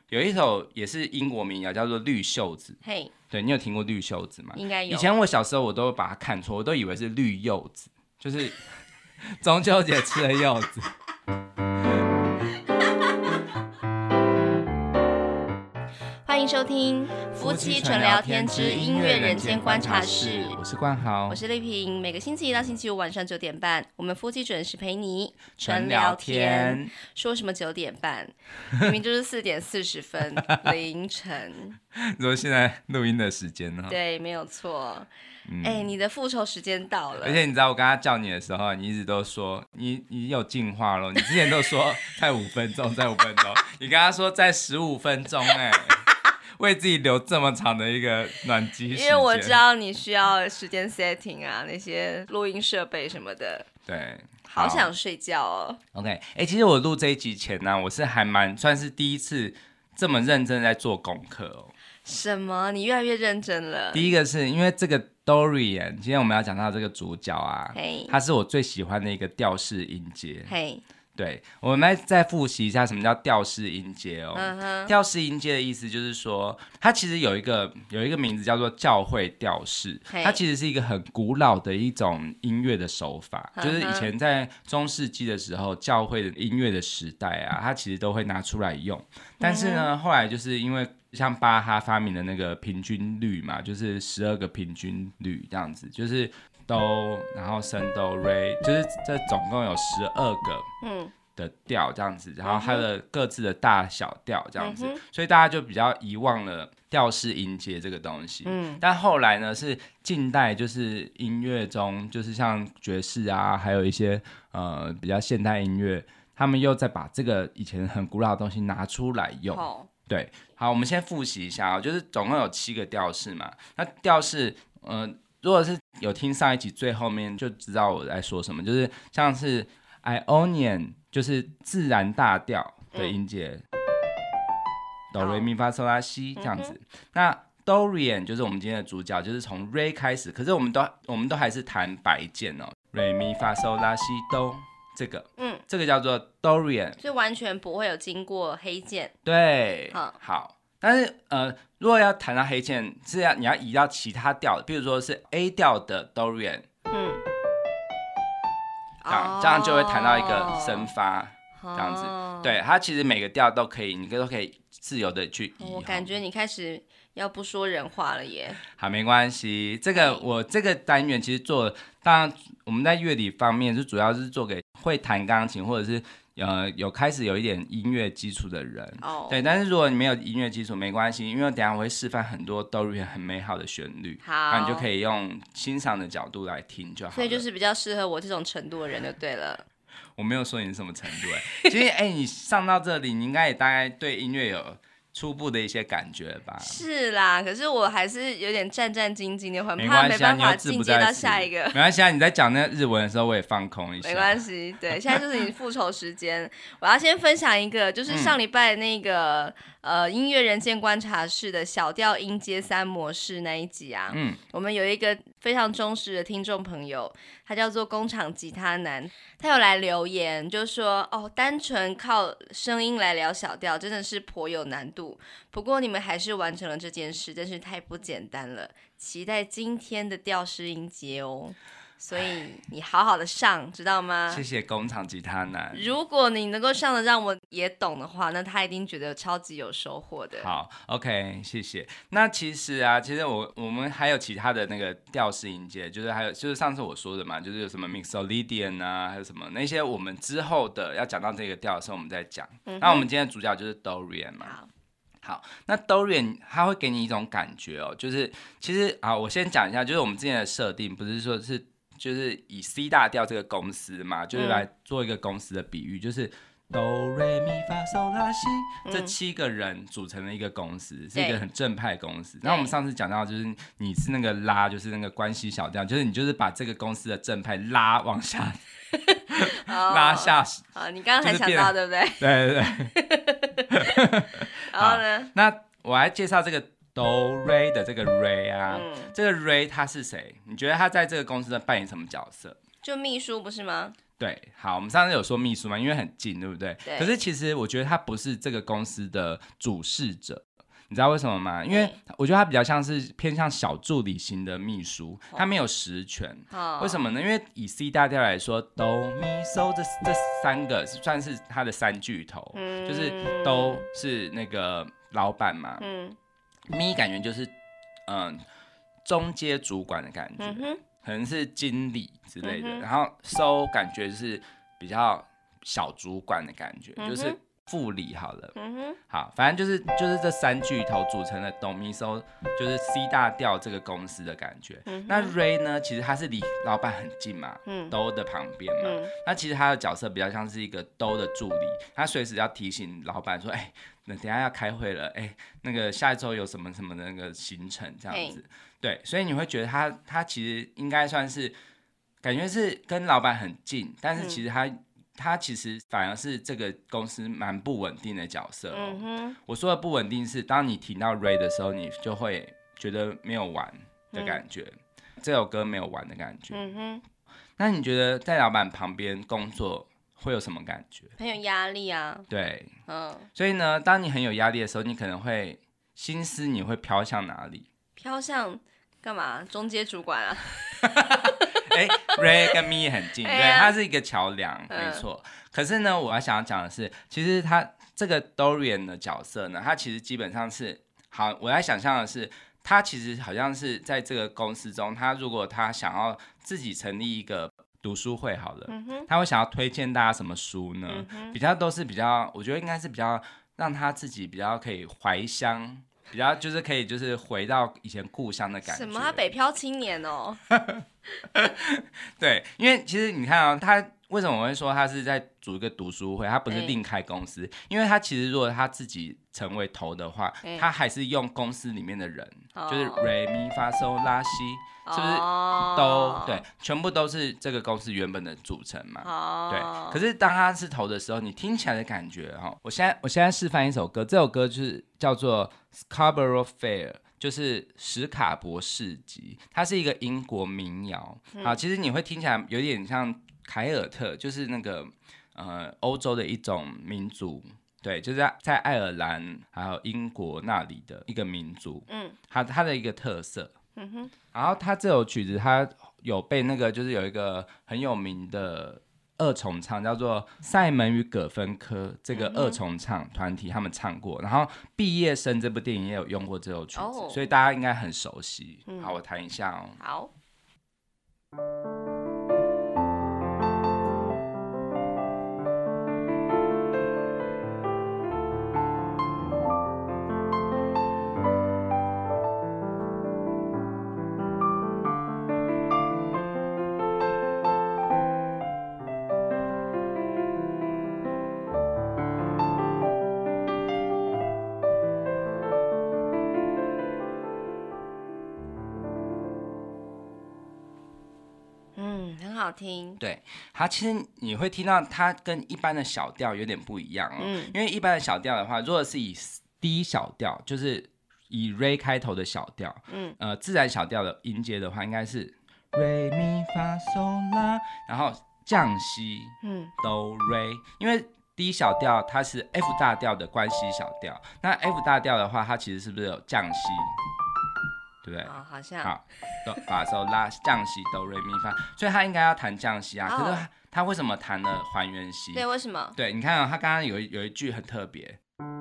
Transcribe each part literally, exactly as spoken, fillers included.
有一首也是英国民谣叫做《绿袖子》。 嘿、hey, 对，你有听过绿袖子吗？ 应该有。 以前我小时候我都把它看错，我都以为是绿柚子，就是中秋节吃的柚子。 欢迎收听夫妻纯聊天之音乐人间观察室， 我是冠豪， 我是丽萍。每个星期一到星期五晚上九点半，我们夫妻准时陪你纯聊天。 说什么九点半？明明就是四点四十分凌晨。 你说现在录音的时间呢？ 对，没有错。嗯欸、你的复仇时间到了。 而且你知道我刚刚叫你的时候，你一直都说你你有进化了。你之前都说再五分钟，再五分钟，你跟他说再十五分钟，哎。为自己留这么长的一个暖机时间， 因为我知道你需要时间 setting 啊，那些录音设备什么的。 对， 好想睡觉哦。 OK， 哎、欸，其实我录这一集前呢、啊，我是还蛮算是第一次这么认真在做功课哦。 什么？你越来越认真了？ 第一个是因为这个 Dorian， 今天我们要讲到这个主角啊， hey, 他是我最喜欢的一个调式音阶。 嘿。 Hey,对，我们来再复习一下什么叫调式音阶哦。 uh-huh. 调式音阶的意思就是说，它其实有一个有一个名字叫做教会调式， hey. 它其实是一个很古老的一种音乐的手法， uh-huh. 就是以前在中世纪的时候，教会的音乐的时代啊，它其实都会拿出来用。但是呢， uh-huh. 后来就是因为像巴哈发明的那个平均律嘛，就是十二个平均律这样子，就是哆，然后升哆瑞，就是这总共有十二个。嗯。的调这样子，然后它的各自的大小调这样子、嗯，所以大家就比较遗忘了调式音阶这个东西。嗯，但后来呢，是近代就是音乐中，就是像爵士啊，还有一些呃比较现代音乐，他们又再把这个以前很古老的东西拿出来用。哦、对，好，我们先复习一下啊、哦，就是总共有七个调式嘛。那调式，呃，如果是有听上一集最后面就知道我在说什么，就是像是 Ionian。就是自然大调的音节，哆瑞咪发嗦拉西这样子。嗯、那 Dorian 就是我们今天的主角，就是从 Re 开始，可是我们都我们都还是弹白键哦，瑞咪发嗦拉西哆这个，嗯，这个叫做 Dorian， 所以完全不会有经过黑键。 对，好，好，但是呃，如果要弹到黑键，是要你要移到其他调的，比如说是 A 调的 Dorian， 嗯。这样, 这样就会弹到一个升发、oh. 这样子，对，它其实每个调都可以，你都可以自由的去移。 我感觉你开始要不说人话了耶。 好，没关系，这个我这个单元其实做，当然我们在乐理方面就主要是做给会弹钢琴或者是呃有开始有一点音乐基础的人，哦、oh. ，对，但是如果你没有音乐基础没关系，因为我等一下我会示范很多 Dorian 很美好的旋律，好，那你就可以用欣赏的角度来听就好了。 所以就是比较适合我这种程度的人就对了。 我没有说你是什么程度哎，其实哎、欸，你上到这里，你应该也大概对音乐有初步的一些感觉吧？ 是啦，可是我还是有点战战兢兢的，很怕没办法进阶到下一个。 没关系啊，你在讲那日文的时候，我也放空一下。 没关系，对，现在就是你复仇时间。我要先分享一个，就是上礼拜那个、嗯、呃音乐人间观察室的小调音阶三模式那一集啊，嗯，我们有一个非常忠实的听众朋友，他叫做工厂吉他男，他有来留言，就说哦，单纯靠声音来聊小调真的是颇有难度。不过你们还是完成了这件事，真是太不简单了。期待今天的调式音阶哦，所以你好好的上，知道吗？ 谢谢工厂吉他男。 如果你能够上的让我也懂的话，那他一定觉得超级有收获的。 好 ，OK， 谢谢。那其实啊，其实我我们还有其他的那个调式音阶，就是还有就是上次我说的嘛，就是有什么 Mixolydian 啊，还有什么那些我们之后的要讲到这个调的时候我们再讲、嗯。那我们今天的主角就是 Dorian 嘛。好。好，那 Dorian 它会给你一种感觉哦，就是其实啊，我先讲一下，就是我们之前的设定不是说是就是以 C 大调这个公司嘛，就是来做一个公司的比喻，就是哆瑞咪发嗦拉西这七个人组成了一个公司，是一个很正派的公司。那我们上次讲到，就是你是那个拉，就是那个关系小调，就是你就是把这个公司的正派拉往下。拉下时、 哦哦、你刚刚才想到、就是、对不对？对对对。 然后呢？ 那我来介绍这个哆瑞的这个 Ray 啊、嗯，这个 Ray 他是谁？你觉得他在这个公司的扮演什么角色？ 就秘书不是吗？ 对，好，我们上次有说秘书嘛，因为很近，对不对？ 对。 可是其实我觉得他不是这个公司的主事者，你知道为什么吗？因为我觉得他比较像是偏向小助理型的秘书，他没有实权。哦、为什么呢？因为以 C 大调来说，哆咪嗦这这三个算是他的三巨头，嗯、就是都是那个老板嘛，嗯，咪感觉就是嗯、呃、中阶主管的感觉。嗯，可能是经理之类的，嗯、然后收感觉是比较小主管的感觉，嗯、就是副理好了，嗯、好，反正就是就是这三巨头组成的哆咪嗦，就是 C 大调这个公司的感觉。嗯、那 Ray 呢，其实他是离老板很近嘛，嗯、兜的旁边嘛，嗯、那其实他的角色比较像是一个兜的助理，他随时要提醒老板说，哎、欸，那等一下要开会了，哎、欸，那个下一周有什么什么的那个行程这样子。对，所以你会觉得他他其实应该算是感觉是跟老板很近，但是其实他、嗯、他其实反而是这个公司蛮不稳定的角色、哦嗯、我说的不稳定是当你提到 Ray 的时候，你就会觉得没有玩的感觉，嗯、这首歌没有玩的感觉。嗯哼，那你觉得在老板旁边工作会有什么感觉？ 很有压力啊。 对，嗯，所以呢，当你很有压力的时候，你可能会心思你会飘向哪里？ 飘向干嘛？中阶主管啊？ 哎、欸、，Ray 跟 Me 很近，对，他是一个桥梁，没错。可是呢，我要想要讲的是，其实他这个 Dorian 的角色呢，他其实基本上是好。我在想象的是，他其实好像是在这个公司中，他如果他想要自己成立一个读书会好了，嗯、他会想要推荐大家什么书呢？嗯、比较都是比较，我觉得应该是比较让他自己比较可以怀乡。比较就是可以就是回到以前故乡的感觉。 什么？他北漂青年哦。 对，因为其实你看啊、哦，他为什么我会说他是在组一个读书会，他不是另开公司？欸、因为他其实如果他自己成为头的话，欸、他还是用公司里面的人，哦、就是 Re Mi Fa So La Si， 是不是都、哦、对，全部都是这个公司原本的组成嘛？哦、对。可是当他是头的时候，你听起来的感觉哈、哦，我现在我现在示范一首歌，这首歌就是叫做 Scarborough Fair。就是史卡博市集，它是一个英国民谣。好，其实你会听起来有点像凯尔特，就是那个呃欧洲的一种民族，对，就是在在爱尔兰还有英国那里的一个民族，嗯，它它的一个特色。嗯哼，然后它这首曲子，它有被那个就是有一个很有名的二重唱叫做塞门与葛芬科这个二重唱团体他们唱过，然后毕业生这部电影也有用过这首曲子， oh. 所以大家应该很熟悉。嗯、好，我弹一下哦。 好。好听， 对，它其实你会听到它跟一般的小调有点不一样哦，嗯、因为一般的小调的话，如果是以 D 小调，就是以 Re 开头的小调，嗯，呃，自然小调的音阶的话，应该是 Re Mi Fa So La， 然后降西，嗯 ，Do Re， 因为 D 小调它是 F 大调的关系小调，那 F 大调的话，它其实是不是有降西？对不对？ 哦，好像。 好，哆发嗦拉降西哆瑞咪发，所以他应该要弹降西啊。哦、可是他他为什么弹了还原西？ 对，为什么？ 对，你看啊、哦，他刚刚有有一句很特别，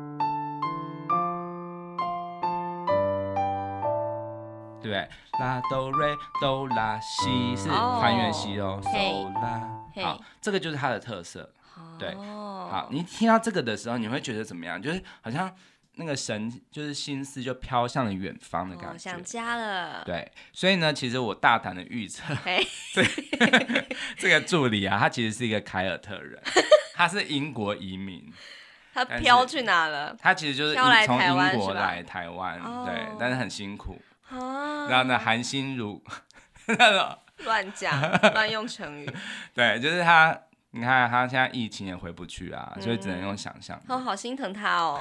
对不对？拉哆瑞哆拉西是还原西哦，嗦拉。好，这个就是它的特色。对，好，你听到这个的时候，你会觉得怎么样？就是好像。那个神就是心思就飘向了远方的感觉， 哦、想家了。 对，所以呢，其实我大胆的预测，这这个助理啊，他其实是一个凯尔特人，他是英国移民。 他飘去哪了？ 他其实就是从英国来台湾，对，但是很辛苦。哦、然后呢，含辛茹乱讲，乱用成语。 对，就是他。你看他现在疫情也回不去啊，嗯、所以只能用想象。 哦，好心疼他哦。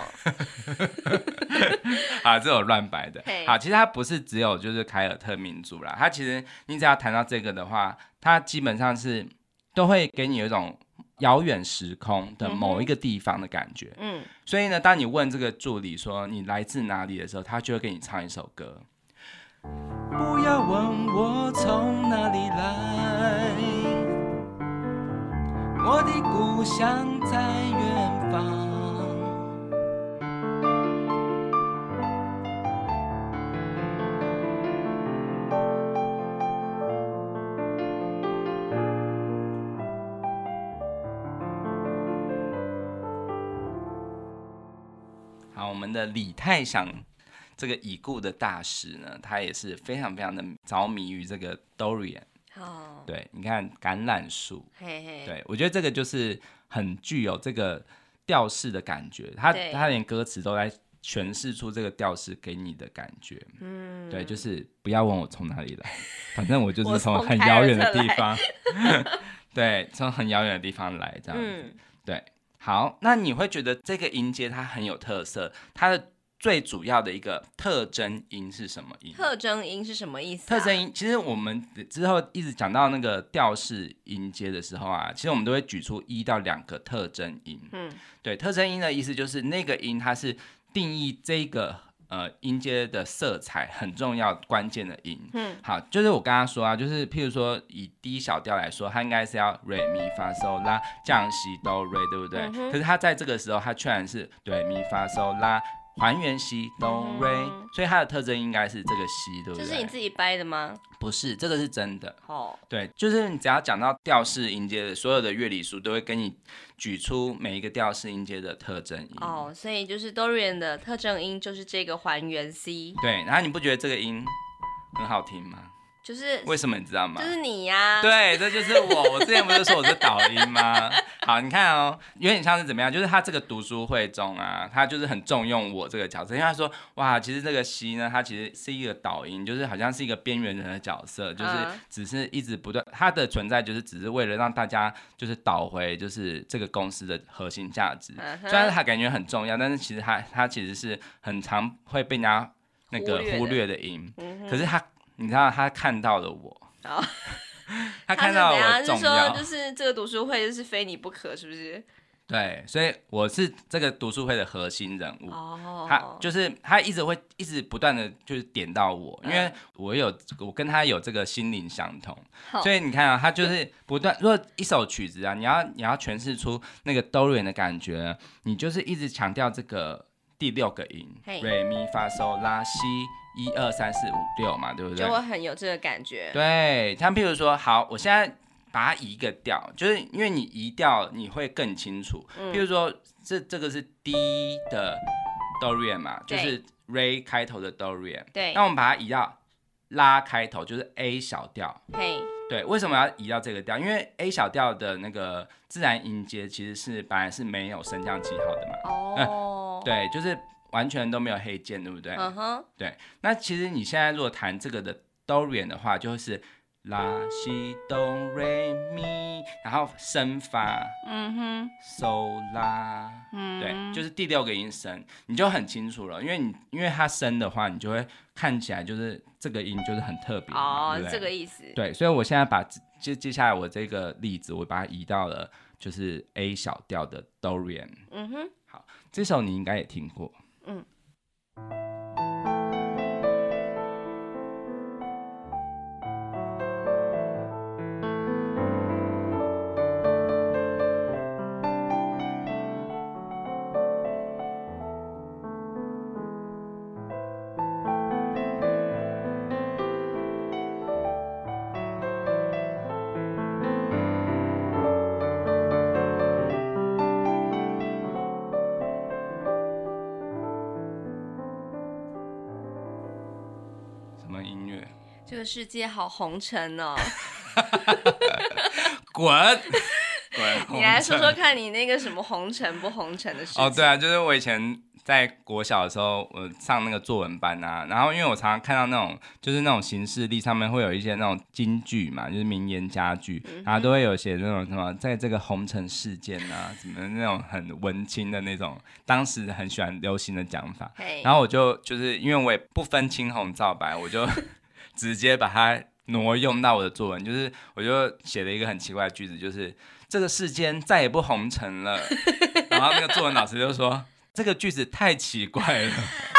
好，这有乱摆的。好，其实他不是只有就是凯尔特民族啦，他其实你只要谈到这个的话，他基本上是都会给你有一种遥远时空的某一个地方的感觉。嗯，所以呢，当你问这个助理说你来自哪里的时候，他就会给你唱一首歌。不要问我从哪里来，我的故乡在远方。好，我们的李泰祥这个已故的大师呢，他也是非常非常的着迷于这个 Dorian。哦，对，你看橄榄树，嘿嘿，对，我觉得这个就是很具有这个调式的感觉，他他连歌词都在诠释出这个调式给你的感觉。嗯，对，就是不要问我从哪里来，反正我就是从很遥远的地方，对，从很遥远的地方来这样子。嗯，对。好，那你会觉得这个音阶它很有特色，它的最主要的一个特征音是什么音？ 特征音是什么意思、啊？ 特征音其实我们之后一直讲到那个调式音阶的时候啊，其实我们都会举出一到两个特征音。嗯，对，特征音的意思就是那个音它是定义这个呃音阶的色彩很重要关键的音。嗯，好，就是我刚刚说啊，就是譬如说以 D 小调来说，它应该是要 Re Mi Fa So La 降西哆 Re， 对不对？嗯、可是它在这个时候，它居然是 Re Mi Fa So La 还原西哆 Re， 所以它的特征应该是这个西，对不对？ 这是你自己掰的吗？ 不是，这个是真的。哦，对，就是你只要讲到调式音阶的所有的乐理书，都会跟你举出每一个调式音阶的特征音。 哦，所以就是 Dorian 的特征音就是这个还原 C。 对，然后你不觉得这个音很好听吗？ 就是为什么你知道吗？ 就是你呀、啊。 对，这就是我。我之前不是说我是导音吗？好，你看哦，有点像是怎么样？就是他这个读书会中啊，他就是很重用我这个角色，因为他说哇，其实这个西呢，它其实是一个导音，就是好像是一个边缘人的角色，就是只是一直不断，它的存在就是只是为了让大家就是导回就是这个公司的核心价值。嗯、虽然它感觉很重要，但是其实它它其实是很常会被人家那个忽略的音。嗯、可是他。你知道他看到了我，哦、他看到了我重要， 就是说就是这个读书会就是非你不可，是不是？ 对，所以我是这个读书会的核心人物。哦，他就是他一直会一直不断的就是点到我，因为我有我跟他有这个心灵相同，所以你看啊，他就是不断。如果一首曲子啊，你要你要诠释出那个 Dorian 的感觉，你就是一直强调这个第六个音 ，Re Mi Fa So La Si。一二三四五六嘛，对不对？ 就会很有这个感觉。 对，像譬如说，好，我现在把它移一个调，就是因为你移调，你会更清楚。嗯、譬如说，这这个是 D 的 Dorian 嘛，就是 Re 开头的 Dorian。对。那我们把它移到拉开头，就是 A 小调。嘿。对，为什么要移到这个调？因为 A 小调的那个自然音阶其实是本来是没有升降记号的嘛。哦。嗯、对，就是。完全都没有黑键，对不对？嗯哼、uh-huh. 对，那其实你现在如果弹这个的 Dorian 的话，就是拉西哆瑞咪，然后升发，嗯哼，嗦拉，嗯，对，就是第六个音升，你就很清楚了，因为你因为它升的话，你就会看起来就是这个音就是很特别，哦，对不对？ 这个意思。 对，所以我现在把接接下来我这个例子，我把它移到了就是 A 小调的 Dorian。嗯哼，好，这首你应该也听过。嗯。 这个世界好红尘哦！ 滚滚！ 你来说说看你那个什么红尘不红尘的事情。 哦，对啊，就是我以前在国小的时候，我上那个作文班啊，然后因为我常常看到那种就是那种行事历上面会有一些那种金句嘛，就是名言佳句，嗯、然后都会有写那种什么在这个红尘事件啊，什么那种很文青的那种，当时很喜欢流行的讲法。然后我就就是因为我也不分青红皂白，我就直接把它挪用到我的作文，就是我就写了一个很奇怪的句子，就是这个世间再也不红尘了。然后那个作文老师就说这个句子太奇怪了。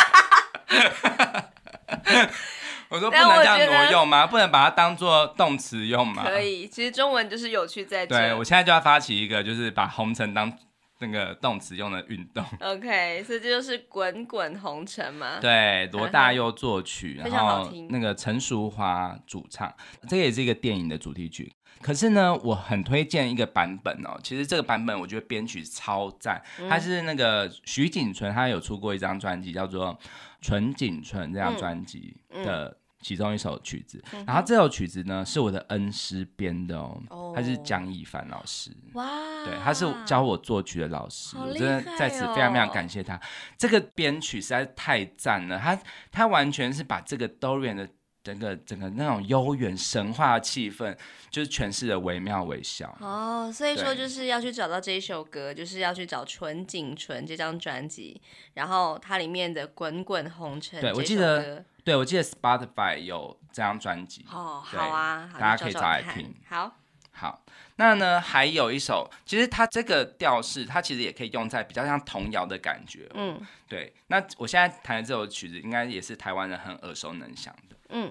我说不能这样挪用吗？不能把它当作动词用吗？ 可以，其实中文就是有趣在这。 对，我现在就要发起一个，就是把红尘当那个动词用的运动。 OK， 所以这就是滚滚红尘嘛。 对，罗大佑作曲， 然后那个陈淑桦主唱，这个也是一个电影的主题曲。可是呢，我很推荐一个版本哦。其实这个版本我觉得编曲超赞，嗯、它是那个徐锦纯，他有出过一张专辑叫做《纯锦纯》这张专辑的其中一首曲子。嗯、然后这首曲子呢是我的恩师编的哦，哦他是江一凡老师。哇，对，他是教我作曲的老师， 哦、 我真的在此非常非常感谢他。这个编曲实在是太赞了，他他完全是把这个 Dorian 的。整个整个那种悠远神话的气氛，就是诠释的惟妙惟肖哦。所以说就是要去找到这一首歌，就是要去找《纯锦纯》这张专辑，然后它里面的《滚滚红尘》这首歌。 对，我记得，对我记得 Spotify 有这张专辑。 哦，好啊，好大家可以找来听。 好， 好。那呢，还有一首，其实它这个调式，它其实也可以用在比较像童谣的感觉。嗯，对。那我现在弹的这首曲子，应该也是台湾人很耳熟能详的。嗯。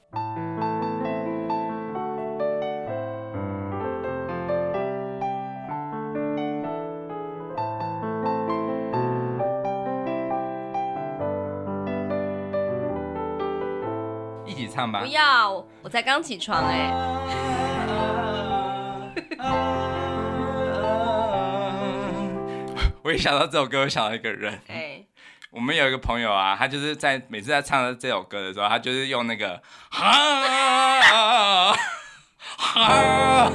一起唱吧。 不要，我才刚起床哎、欸。 我一想到这首歌，我想到一个人。哎、欸，我们有一个朋友啊，他就是在每次在唱这首歌的时候，他就是用那个哈哈，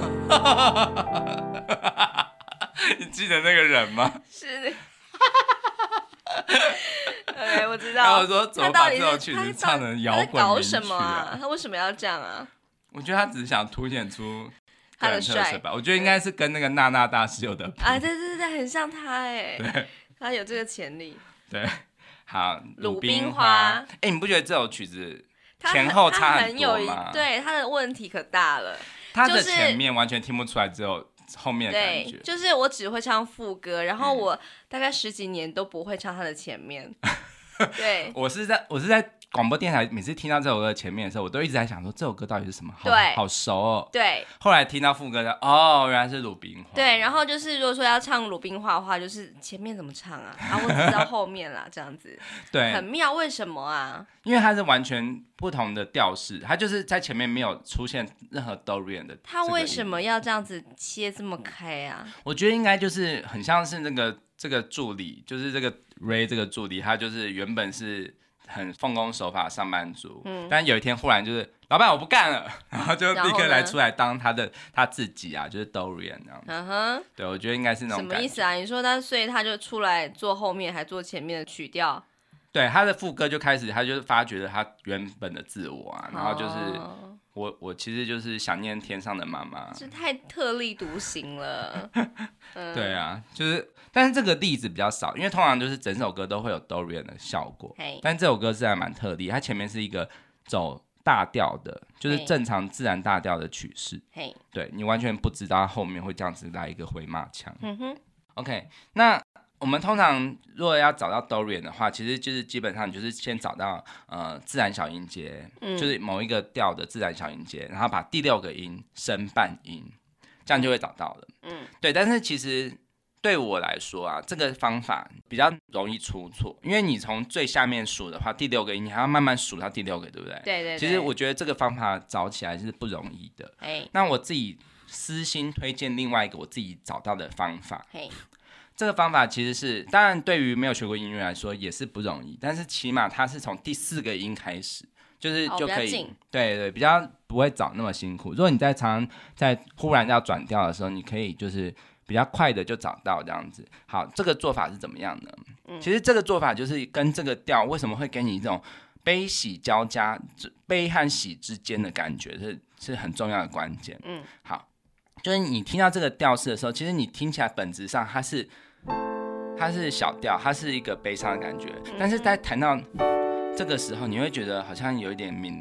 你记得那个人吗？ 是。OK， 我知道。 然后我说怎么把这首曲子唱成摇滚名曲、啊、他搞什么啊？他为什么要这样啊？ 我觉得他只是想凸显出他的帅吧。我觉得应该是跟那个娜娜大师有的比啊，对对对，很像他哎。 对， 他有这个潜力。 对，好， 鲁冰花。 哎、欸，你不觉得这首曲子前后差很多吗？ 对，他的问题可大了。 他的前面完全听不出来，只有后面的感觉。 对，就是我只会唱副歌，然后我大概十几年都不会唱他的前面。对， 我是在我是在广播电台，每次听到这首歌前面的时候，我都一直在想说这首歌到底是什么，好对， 好熟哦。 对， 后来听到副歌的，哦，原来是鲁冰花。 对，然后就是如果说要唱鲁冰花的话，就是前面怎么唱啊？然后我只知道后面啦，这样子。 对， 很妙，为什么啊？ 因为它是完全不同的调式，它就是在前面没有出现任何 Dorian 的。 他为什么要这样子切这么开啊？ 我觉得应该就是很像是那个这个助理，就是这个 Ray 这个助理，他就是原本是很奉公守法的上班族，嗯，但有一天忽然就是老板我不干了，然后就立刻来出来当他的他自己啊，就是 Dorian 这样子。嗯哼，对，我觉得应该是那种感觉。 什么意思啊？你说他所以他就出来做后面还做前面的曲调？ 对，他的副歌就开始，他就发掘了他原本的自我啊，然后就是、哦、我我其实就是想念天上的妈妈， 这太特立独行了。 嗯、对啊，就是，但是这个例子比较少，因为通常就是整首歌都会有 Dorian 的效果，但这首歌是还蛮特例，它前面是一个走大调的，就是正常自然大调的曲式，对你完全不知道后面会这样子来一个回马枪。嗯哼 ，OK， 那。我们通常如果要找到 Dorian 的话，其实就是基本上你就是先找到呃自然小音阶、嗯，就是某一个调的自然小音阶，然后把第六个音升半音，这样就会找到了。嗯，对。但是其实对我来说啊，这个方法比较容易出错，因为你从最下面数的话，第六个音你还要慢慢数到第六个，对不对？ 对 对, 对。 其实我觉得这个方法找起来是不容易的。欸、那我自己私心推荐另外一个我自己找到的方法。欸这个方法其实是，当然对于没有学过音乐来说也是不容易，但是起码它是从第四个音开始，就是就可以，哦、对对，比较不会找那么辛苦。如果你在常常在忽然要转调的时候，你可以就是比较快的就找到这样子。好，这个做法是怎么样呢？嗯、其实这个做法就是跟这个调为什么会给你这种悲喜交加、悲和喜之间的感觉是是很重要的关键。嗯，好，就是你听到这个调式的时候，其实你听起来本质上它是。它是小调，它是一个悲伤的感觉，但是在弹到这个时候，你会觉得好像有一点明亮，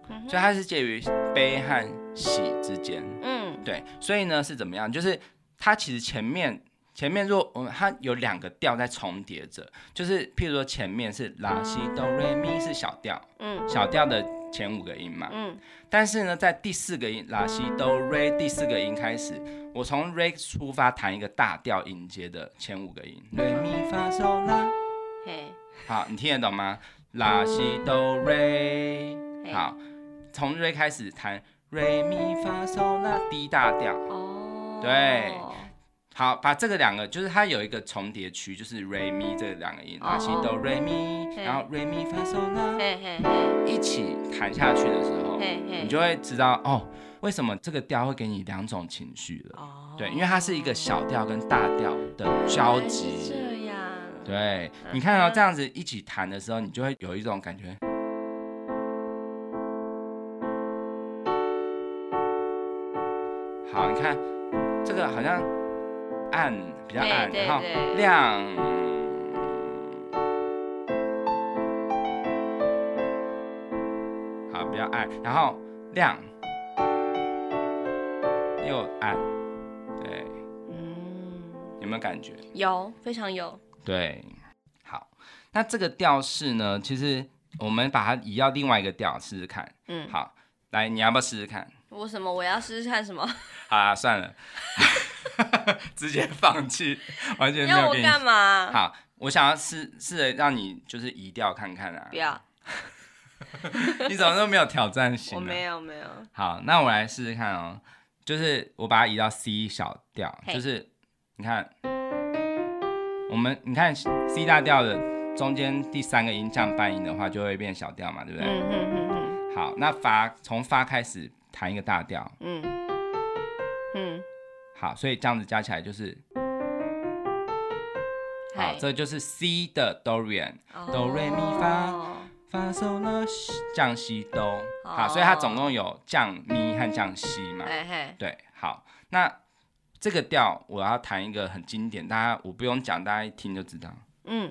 嗯、所以它是介于悲和喜之间。嗯，对，所以呢是怎么样？就是它其实前面前面如果它有两个调在重叠着，就是譬如说前面是拉西哆瑞咪是小调，嗯，小调的前五个音嘛，嗯，但是呢在第四个音拉西哆瑞第四个音开始，我从 re 出发弹一个大调音阶的前五个音，瑞咪发嗦拉，嘿，好，你听得懂吗？拉西哆瑞，好，从 re 开始弹瑞咪发嗦拉 D 大调，哦，对。好，把这个两个就是它有一个重叠区，就是 re mi 这两个音，拉西哆 re mi， 然后 re mi fa sol la， 一起弹下去的时候，你就会知道哦，为什么这个调会给你两种情绪了。哦，对，因为它是一个小调跟大调的交集。这样。对，你看到、哦、这样子一起弹的时候，你就会有一种感觉。好，你看这个好像。暗比较暗，然后亮，好比较暗，然后亮又暗，对，嗯，有没有感觉？ 有，非常有。 对，好，那这个调式呢，其实我们把它移到另外一个调试试看。嗯，好，来，你要不要试试看？ 我什么？我要试试看什么？ 好啊，算了。直接放弃，完全没有给你。 要我干嘛？ 好，我想要试试着让你就是移调看看啊。 不要。 你怎么都没有挑战性、啊？ 我没有没有。 好，那我来试试看哦。就是我把它移到 C 小调， hey. 就是你看，我们你看 C 大调的中间第三个音降半音的话，就会变小调嘛，对不对？嗯嗯嗯嗯。好，那发从发开始弹一个大调。嗯嗯。好，所以这样子加起来就是，好，这就是 C 的 Dorian， 哆瑞咪发发嗦拉降西哆，好，所以它总共有降咪和降西嘛，对，好，那这个调我要弹一个很经典，大家我不用讲，大家一听就知道，嗯。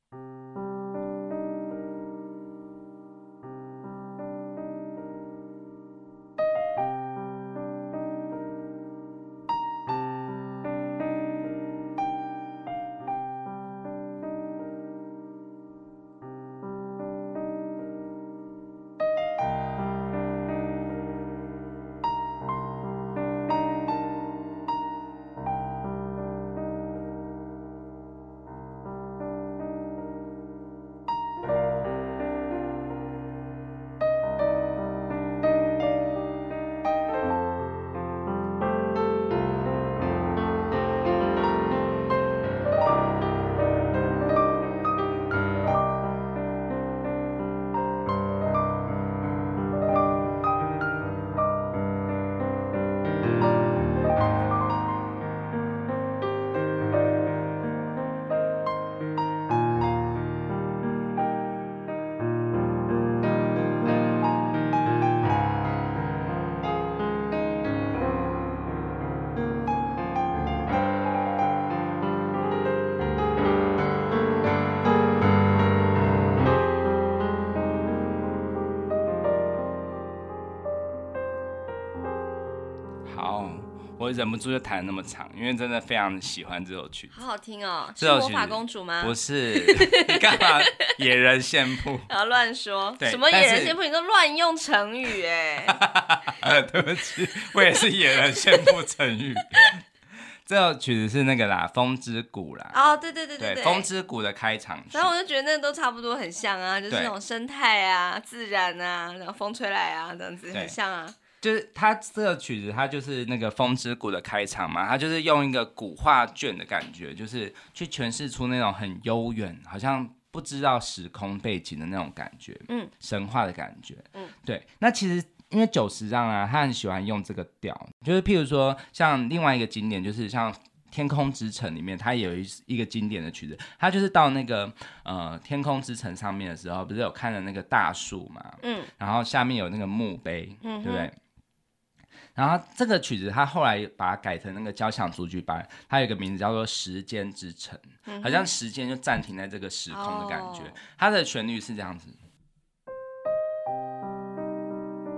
我忍不住就弹得那么长，因为真的非常喜欢这首曲子。 好好听哦，是魔法公主吗？ 不是，你干嘛野人献曝？ 然后乱说，什么野人献曝？你都乱用成语哎、 呃。对不起，我也是野人献曝成语。这首曲子是那个啦，《风之谷》啦。 哦，对对对对对，《风之谷》的开场曲。 然后我就觉得那都差不多，很像啊，就是那种生态啊、自然啊，然后风吹来啊，这样子很像啊。 就是它这个曲子，它就是那个《风之谷》的开场嘛，它就是用一个古画卷的感觉，就是去诠释出那种很悠远，好像不知道时空背景的那种感觉，嗯，神话的感觉，嗯，对。那其实因为久石让啊，他很喜欢用这个调，就是譬如说像另外一个经典，就是像《天空之城》里面，它也有一一个经典的曲子，它就是到那个呃天空之城上面的时候，不是有看了那个大树嘛，嗯，然后下面有那个墓碑，嗯，对不对？然后这个曲子，它后来把它改成那个交响组曲版，它有一个名字叫做《时间之城》，嗯，好像时间就暂停在这个时空的感觉。哦，它的旋律是这样子。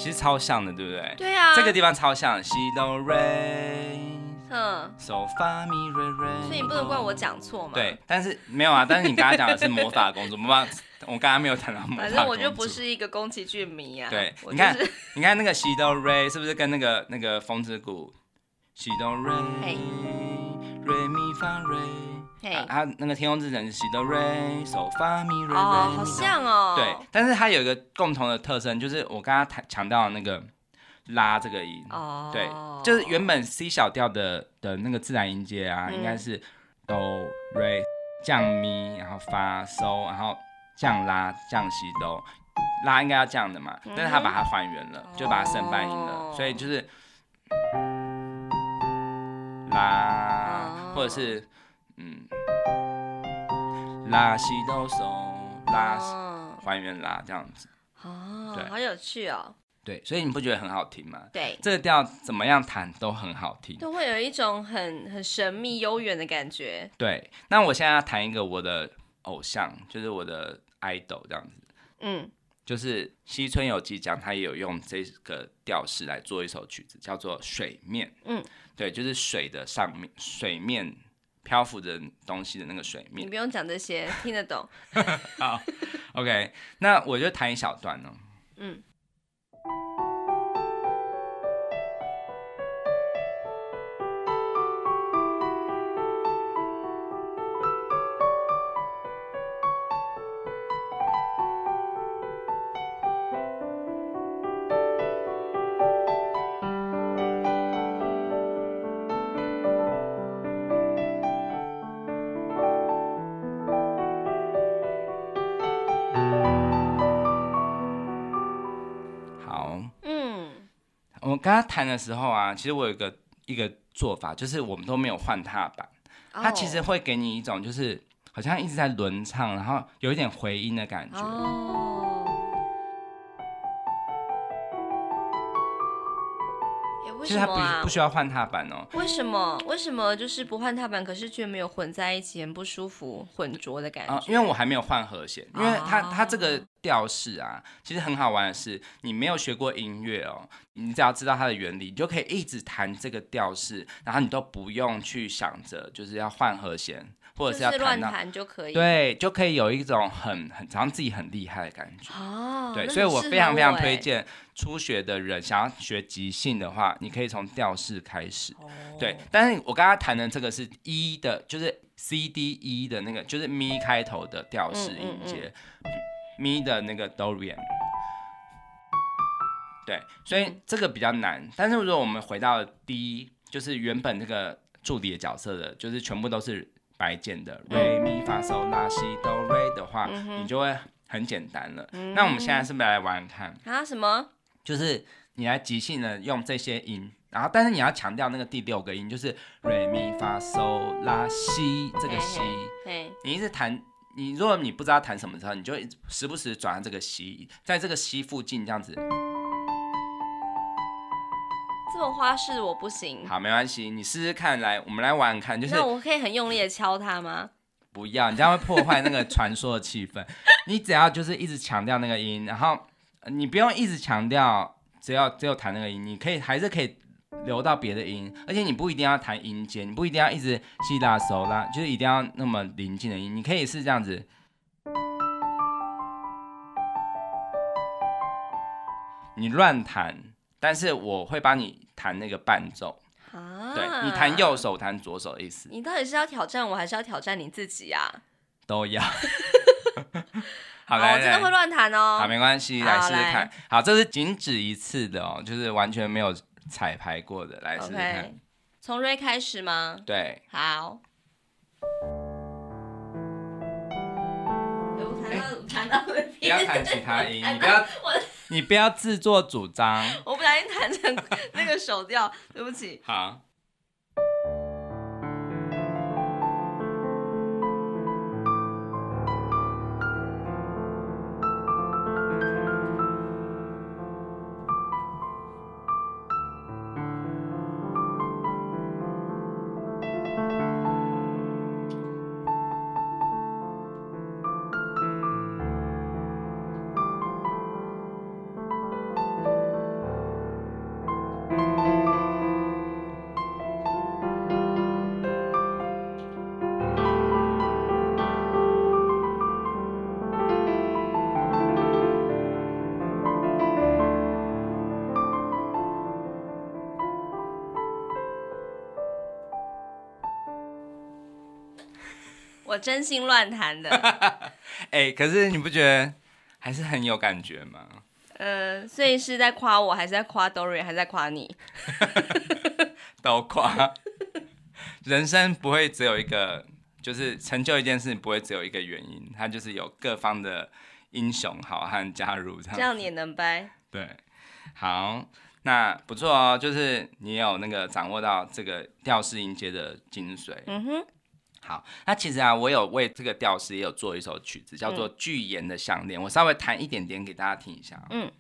其实超像的，对不对？ 对啊， 这个地方超像西哆瑞， 嗯， 手发咪瑞瑞， 所以你不能怪我讲错嘛。 对，但是没有啊，但是你刚才讲的是魔法公主，魔法，我刚刚没有谈到魔法公主。 反正我就不是一个宫崎骏迷啊。 对， 就是、 你看，你看那个西哆瑞是不是跟那个那个风之谷西哆瑞，瑞咪发瑞。啊，他那个天空之城是西哆瑞，手发咪瑞瑞， 哦，好像哦。 对，但是它有一个共同的特征，就是我刚刚强调的那个拉这个音，哦，对，就是原本 C 小调的的那个自然音阶啊，嗯、应该是哆瑞降咪，然后发嗦，然后降拉降西哆，拉应该要这样的嘛，嗯、但是他把它还原了，就把它升半音了，哦、所以就是拉，哦、或者是。嗯，拉西哆嗦，拉还原拉这样子， 哦，对，好有趣哦。 对，所以你不觉得很好听吗？ 对， 这个调怎么样弹都很好听， 都会有一种很很神秘悠远的感觉。 对，那我现在要弹一个我的偶像，就是我的 idol 这样子，嗯，就是西村由纪江，他也有用这个调式来做一首曲子，叫做《水面》。嗯，对，就是水的上面，水面。漂浮的东西的那个水面， 你不用讲这些，听得懂。 好 ，OK， 那我就弹一小段哦。嗯。我刚刚弹的时候啊，其实我有一个一个做法，就是我们都没有换踏板， oh. 它其实会给你一种就是好像一直在轮唱，然后有一点回音的感觉。Oh. 其实它不不需要换踏板哦。 为什么？为什么就是不换踏板，可是却没有混在一起，很不舒服，混浊的感觉？ 啊、因为我还没有换和弦，因为它、oh. 它这个调式啊，其实很好玩的是，你没有学过音乐哦，你只要知道它的原理，你就可以一直弹这个调式，然后你都不用去想着就是要换和弦，或者是要弹到就是乱弹就可以， 对，就可以有一种很很好像自己很厉害的感觉。 哦， 对，所以我非常非常推荐初学的人想要学即兴的话，你可以从调式开始。哦、对，但是我刚刚弹的这个是 E 的，就是 C D E 的那个，就是咪开头的调式音阶。嗯嗯嗯咪的那个 Dorian， 对，所以这个比较难。但是如果我们回到 D， 就是原本那个助理的角色的，就是全部都是白键的 Re Mi Fa So La Si Do Re 的话，嗯、你就会很简单了。嗯、那我们现在是不是来玩看啊？什么？ 就是你来即兴的用这些音，然后但是你要强调那个第六个音，就是 Re Mi Fa So La Si 这个 Si， 你一直弹。你如果你不知道弹什么时候，你就时不时转到这个西，在这个西附近这样子。 这么花式我不行。 好，没关系，你试试看，来，我们来玩看，就是。 那我可以很用力的敲它吗？ 不要，你这样会破坏那个传说的气氛。你只要就是一直强调那个音，然后你不用一直强调，只要只有弹那个音，你可以还是可以。留到别的音，而且你不一定要弹音阶，你不一定要一直西拉手拉，就是一定要那么临近的音，你可以是这样子，你乱弹，但是我会帮你弹那个伴奏，啊、对你弹右手弹左手的意思。 你到底是要挑战我，还是要挑战你自己啊？ 都要。 好，我、哦、真的会乱弹哦。 好，没关系，来试试看。好，这是仅止一次的哦，就是完全没有。彩排过的，来试试看。 从 Re 开始吗？ 对。 好。我弹到弹到那边。 不要弹其他音，你不要，你不要自作主张。 我不小心弹成那个手调，对不起。 好。 我真心乱弹的。 哎、欸，可是你不觉得还是很有感觉吗？ 呃，所以是在夸我，还是在夸 Dorian， 还是在夸你？ 都夸。人生不会只有一个，就是成就一件事不会只有一个原因，它就是有各方的英雄好汉加入这样。 这样你也能掰？ 对，好。那不错哦，就是你有那个掌握到这个调式音阶的精髓。 嗯哼。 好，那其实啊，我有为这个调式也有做一首曲子，叫做《巨岩的项链》，我稍微弹一点点给大家听一下。嗯。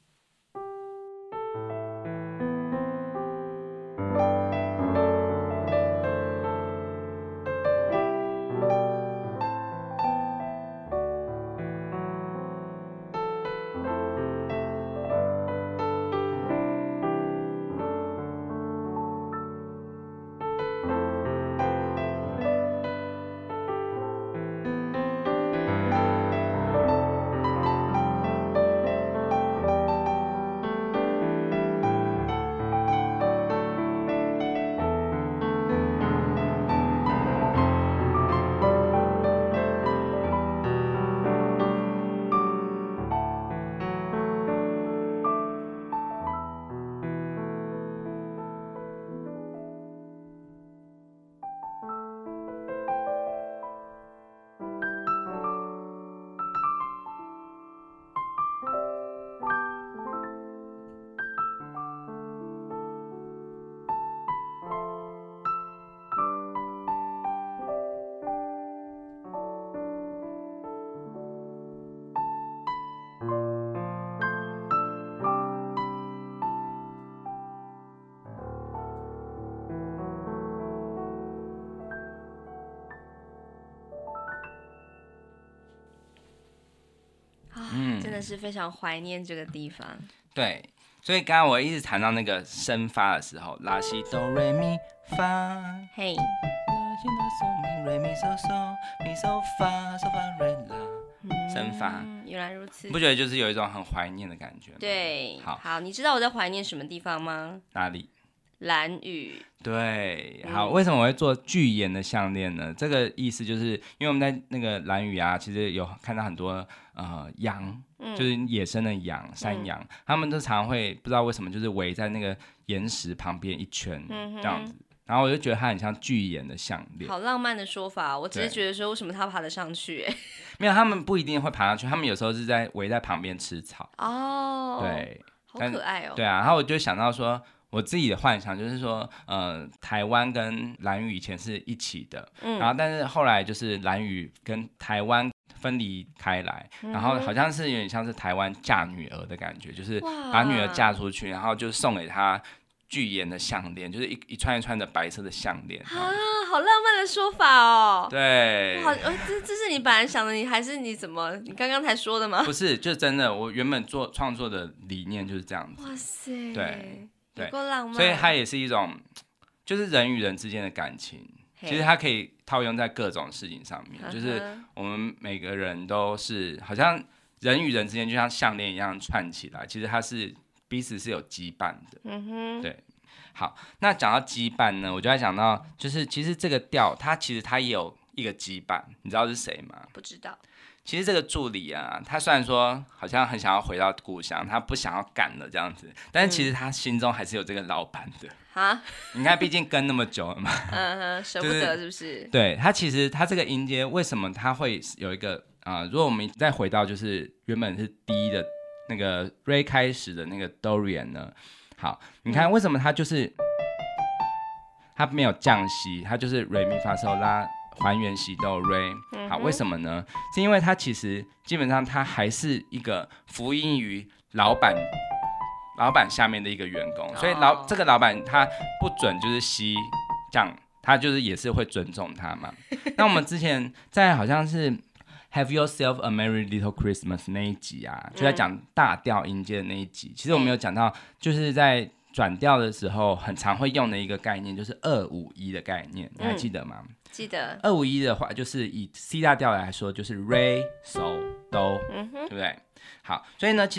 嗯，真的是非常怀念这个地方。 对，所以刚刚我一直弹到那个升发的时候，拉西哆瑞咪发， 嘿， 拉西哆嗦咪瑞咪嗦嗦咪嗦发嗦发瑞拉，升发。 原来如此， 你不觉得就是有一种很怀念的感觉吗？ 对， 好， 好，你知道我在怀念什么地方吗？ 哪里？ 兰屿。 对，好，为什么我会做巨岩的项链呢？这个意思就是因为我们在那个兰屿啊，其实有看到很多呃羊，嗯、就是野生的羊，山羊，嗯、他们都常会不知道为什么就是围在那个岩石旁边一圈、嗯、这样子，然后我就觉得它很像巨岩的项链。 好浪漫的说法，我只是觉得说为什么他爬得上去、欸？ 没有，他们不一定会爬上去，他们有时候是在围在旁边吃草。 哦， 对， 好可爱哦。 对啊，然后我就想到说。我自己的幻想就是说，呃，台湾跟兰屿以前是一起的，嗯、然后但是后来就是兰屿跟台湾分离开来，嗯、然后好像是有点像是台湾嫁女儿的感觉，就是把女儿嫁出去，然后就送给她巨岩的项链，就是一一串一串的白色的项链啊， 好浪漫的说法哦。 对， 好，这这是你本来想的，你还是你怎么你刚刚才说的吗？ 不是，就真的，我原本做创作的理念就是这样子。 哇塞， 对。对， 够浪漫， 所以它也是一种，就是人与人之间的感情。其实它可以套用在各种事情上面，就是我们每个人都是好像人与人之间就像项链一样串起来，其实它是彼此是有羁绊的。嗯哼，对。好，那讲到羁绊呢，我就在想到，就是其实这个调它其实它也有一个羁绊，你知道是谁吗？ 不知道。 其实这个助理啊，他虽然说好像很想要回到故乡，他不想要赶了这样子，但是其实他心中还是有这个老板的。啊、嗯？你看，毕竟跟那么久了嘛， 嗯哼，舍不得是不是？ 就是、对他，其实他这个音阶为什么他会有一个啊、呃？如果我们再回到就是原本是 D 的那个 Re 开始的那个 Dorian 呢？好，你看为什么他就是他没有降息，他就是 Re Mi Fa So La。还原西哆瑞，好，为什么呢？是因为它其实基本上它还是一个服膺于老板，老板下面的一个员工，所以老、oh. 这个老板他不准就是西这样，他就是也是会尊重他嘛。那我们之前在好像是 Have Yourself a Merry Little Christmas 那一集啊，就在讲大调音阶的那一集，其实我们有讲到，就是在转调的时候很常会用的一个概念，就是二五一的概念，你还记得吗？嗯记得。 二五一的话，就是以 C 大调来说，就是 Re So Do，、嗯、对不对？好，所以呢，其实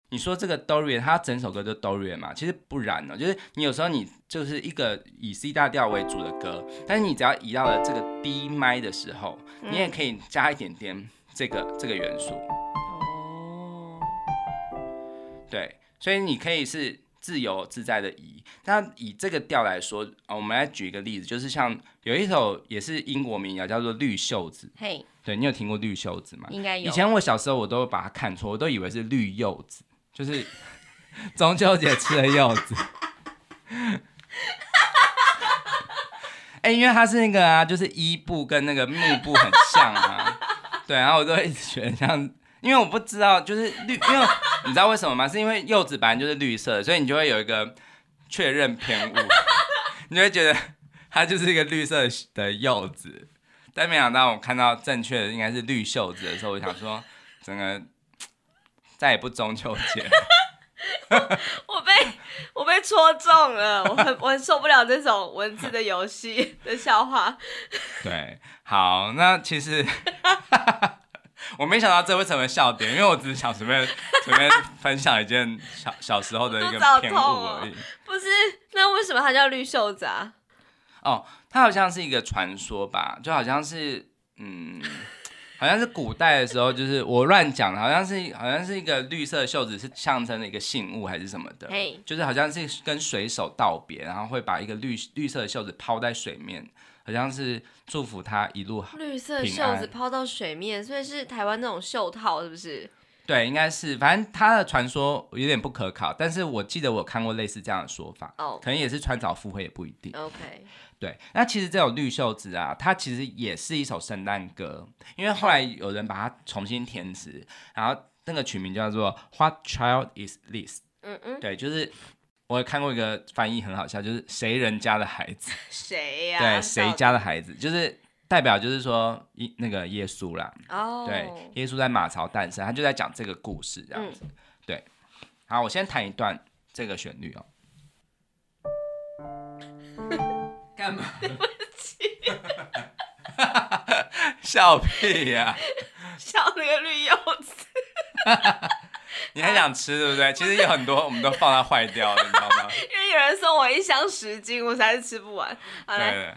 你说这个 Dorian 它整首歌就 Dorian 嘛，其实不然哦，就是你有时候你就是一个以 C 大调为主的歌，但是你只要移到了这个 D 麦的时候，嗯、你也可以加一点点这个这个元素。哦，对，所以你可以是自由自在的移。那以这个调来说，我们来举一个例子，就是像有一首也是英国民谣叫做《绿袖子》。嘿、hey ，对你有听过绿袖子吗？ 应该有。 以前我小时候我都把它看错，我都以为是绿柚子。就是中秋节吃的柚子，哎、欸，因为它是那个啊，就是伊布跟那个幕布很像啊，对，然后我都一直觉得像，因为我不知道就是绿，因为你知道为什么吗？是因为柚子本来就是绿色的，所以你就会有一个确认偏误，你就会觉得它就是一个绿色的柚子，但没想到我看到正确的应该是绿袖子的时候，我想说整个。再也不中秋节我被我被戳中了，我很我很受不了这种文字的游戏的笑话。 对，好，那其实我没想到这会成为笑点，因为我只是想随便随便分享一件小小时候的一个偏误而已。 不是，那为什么它叫绿袖子啊？ 哦，它好像是一个传说吧，就好像是嗯。好像是古代的时候，就是我乱讲的，好像是好像是一个绿色的袖子是象征的一个信物还是什么的， hey. 就是好像是跟水手道别，然后会把一个绿绿色的袖子抛在水面，好像是祝福他一路平安。 绿色袖子抛到水面，所以是台湾那种袖套是不是？ 对，应该是，反正他的传说有点不可考，但是我记得我有看过类似这样的说法， oh. 可能也是穿凿附会，也不一定。 OK。 对，那其实这首绿袖子啊，它其实也是一首圣诞歌，因为后来有人把它重新填词，然后那个曲名叫做 What Child Is This？ 嗯嗯，对，就是我有看过一个翻译很好笑，就是谁人家的孩子？ 谁呀、啊？ 对，谁家的孩子，就是代表就是说那个耶稣啦。哦，对，耶稣在马槽诞生，他就在讲这个故事这样子。嗯、对，好，我先弹一段这个旋律哦。干嘛？ 对不起， 笑屁呀、啊！ 笑那个绿柚子。 你很想吃对不对？其实有很多我们都放它坏掉了，你知道吗？ 因为有人送我一箱十斤，我实在是吃不完。好来。对对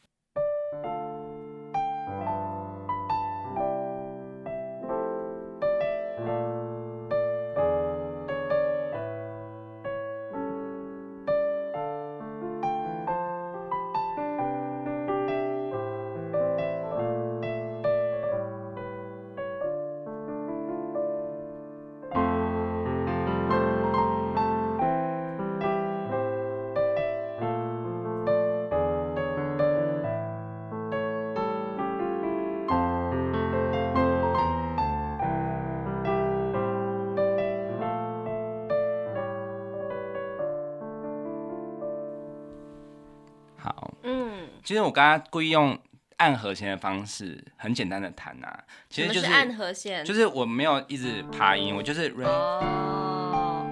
其实我刚刚故意用按和弦的方式，很简单的弹啊，其实就是， 是按和弦， 就是我没有一直爬音，我就是 re，、哦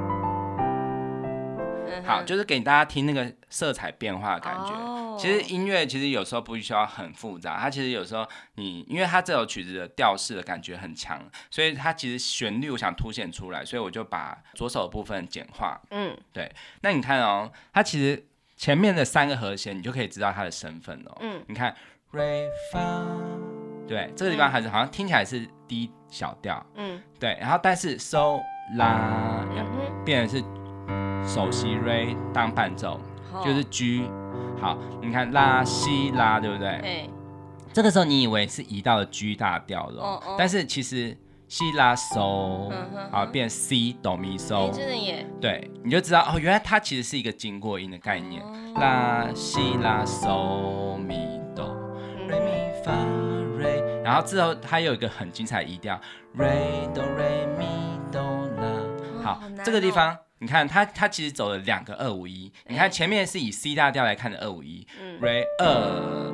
嗯、好，就是给大家听那个色彩变化的感觉。哦、其实音乐其实有时候不需要很复杂，它其实有时候你，因为它这首曲子的调式的感觉很强，所以它其实旋律我想凸显出来，所以我就把左手的部分简化。嗯，对。那你看哦，它其实。前面的三个和弦，你就可以知道它的身份哦。嗯，你看 ，re fa， 对，这个地方还是好像听起来是 D 小调。嗯，对，然后但是 so la，、嗯、变成是首席 re 当伴奏，哦、就是 G。好，你看拉西拉，对不对？对。这个时候你以为是移到了 G 大调了、哦哦，但是其实。西拉嗦，好变 C 哆咪嗦， 真的耶！ 对，你就知道哦，原来它其实是一个经过音的概念。哦、拉西拉嗦咪哆，瑞咪发瑞，然后之后它有一个很精彩的移调，瑞哆瑞咪哆拉。好，哦、这个地方你看它它其实走了两个二五一，你看前面是以 C 大调来看的二五一，瑞二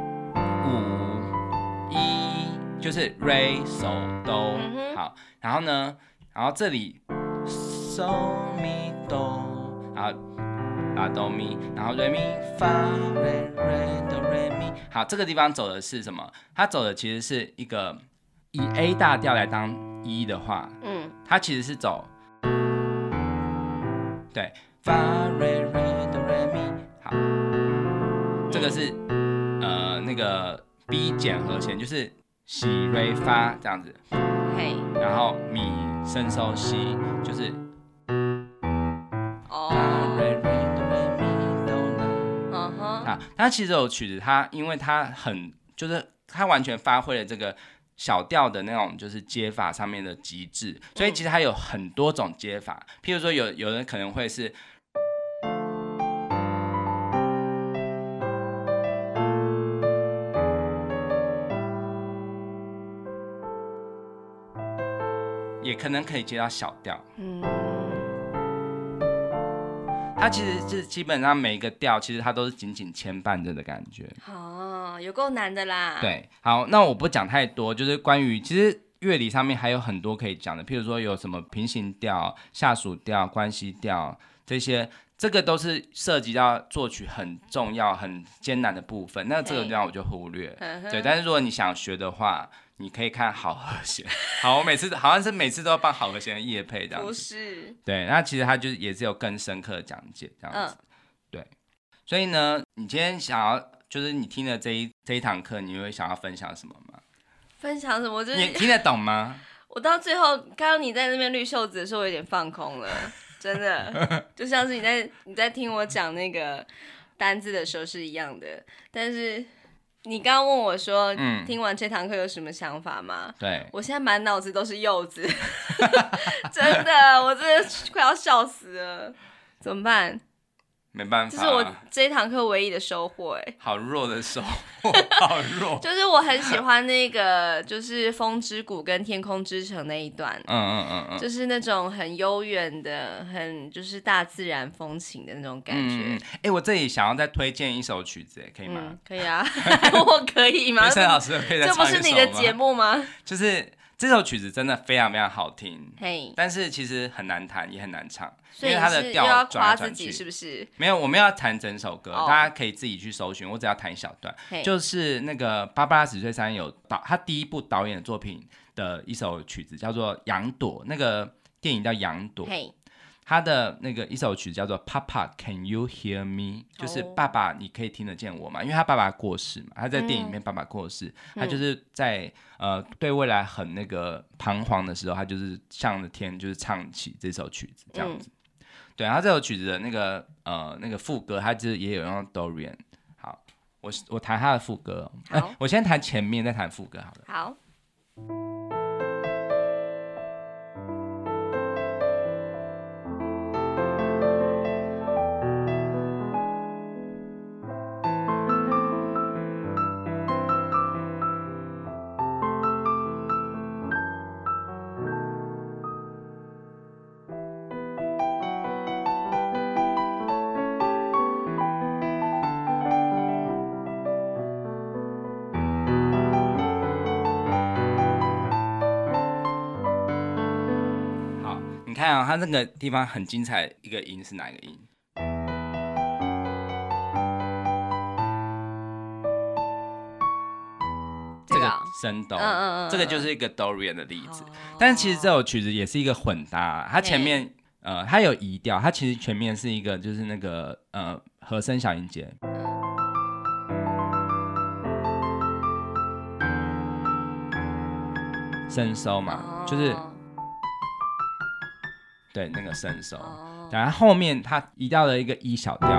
五一。就是 re so do、嗯、好，然后呢，然后这里 so mi do， 然后拉 do mi， 然后 re mi fa re re do re mi， 好，这个地方走的是什么？它走的其实是一个以 A 大调来当一的话，嗯，它其实是走对，发瑞瑞哆瑞咪，好，这个是呃那个 B 减和弦，就是西瑞发这样子， 嘿， 然后咪升收西就是哦， 发瑞瑞哆瑞咪哆啦， 嗯哼， 好，它其实这首曲子它因为它很就是它完全发挥了这个小调的那种就是接法上面的极致，所以其实它有很多种接法，譬如说有有人可能会是。也可能可以接到小调，嗯，它其实是基本上每一个调，其实它都是紧紧牵绊着的感觉。 哦，有够难的啦。 对，好，那我不讲太多，就是关于其实乐理上面还有很多可以讲的，譬如说有什么平行调、下属调、关系调这些，这个都是涉及到作曲很重要、很艰难的部分。那这个地方我就忽略。对，但是如果你想学的话。你可以看好和弦，好，我每次好像是每次都要帮好和弦的业配这样子， 不是， 对，那其实它就是也是有更深刻的讲解这样子，嗯、对，所以呢，你今天想要就是你听了这一这一堂课，你会想要分享什么吗？ 分享什么？就是你听得懂吗？ 我到最后看到你在那边绿袖子的时候，我有点放空了，真的，就像是你在你在听我讲那个单字的时候是一样的，但是。你刚刚问我说、嗯，听完这堂课有什么想法吗？ 对， 我现在满脑子都是柚子，真的，我真的快要笑死了，怎么办？ 没办法、啊， 这是我这一堂课唯一的收获，哎， 好弱的收获，好弱。 就是我很喜欢那个，就是《风之谷》跟《天空之城》那一段， 嗯嗯嗯嗯， 就是那种很悠远的、很就是大自然风情的那种感觉。哎、嗯欸，我这里想要再推荐一首曲子，可以吗？ 嗯、可以啊，我可以吗？ 陈老师可以再唱一首吗？ 这不是你的节目吗？ 就是。这首曲子真的非常非常好听， Hey, 但是其实很难弹，也很难唱， 所以因为它的调要转来转去， 是不是？ 没有，我们要弹整首歌， oh. 大家可以自己去搜寻，我只要弹一小段， hey. 就是那个芭芭拉史翠珊有导他第一部导演的作品的一首曲子，叫做《杨朵》，那个电影叫《杨朵》。 Hey. 他的那个一首曲叫做 Papa Can You Hear Me， 就是爸爸你可以听得见我吗？因为他爸爸过世嘛，他在电影里面爸爸过世，嗯、他就是在呃对未来很那个彷徨的时候，他就是向着天就是唱起这首曲子这样子。嗯、对，他这首曲子的那个呃那个副歌，他就是也有用 Dorian。好，我我弹他的副歌，哎、欸，我先弹前面，再弹副歌好了。 好。 你看啊，它那个地方很精彩，一个音是哪一个音？这个升哆，嗯嗯嗯，这个就是一个 Dorian 的例子。哦、但是其实这首曲子也是一个混搭，它前面呃它有移调，它其实前面是一个就是那个呃和声小音阶。升收嘛，哦、就是。对，那个升收，然后后面它移到了一个E小调，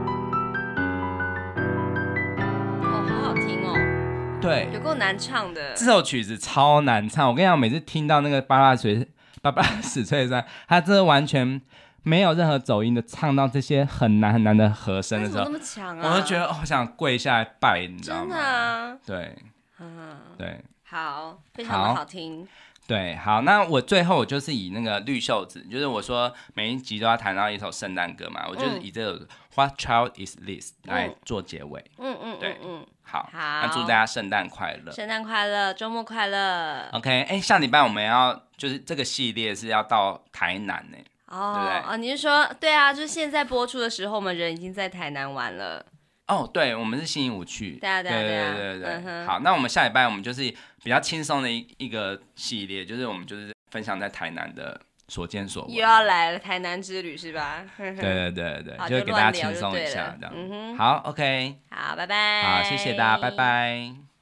哦，好好听哦。 对， 有够难唱的。 这首曲子超难唱，我跟你讲，每次听到那个芭芭水芭芭史翠珊，他真的完全没有任何走音的唱到这些很难很难的和声的时候， 怎么那么强啊？ 我就觉得我、哦、想跪下来拜，你知道吗？ 真的啊。 对， 嗯， 对， 好，非常的好听。 对，好，那我最后我就是以那个绿袖子，就是我说每一集都要谈到一首圣诞歌嘛，我就是以这首 What Child Is This 来做结尾。嗯嗯，对，嗯，好，好，那祝大家圣诞快乐， 圣诞快乐，周末快乐。 OK， 哎、欸，下礼拜我们要就是这个系列是要到台南呢、欸，哦，对不对？ 哦，你是说对啊，就是现在播出的时候，我们人已经在台南玩了。 哦，对，我们是星期五去， 对啊，对啊， 对对对对对。好，那我们下礼拜我们就是比较轻松的一一个系列，就是我们就是分享在台南的所见所闻。 又要来了台南之旅是吧？ 对对对对， 好就给大家轻松一下这样。 嗯哼， 好 ，OK， 好，拜拜。 好，谢谢大家，拜拜。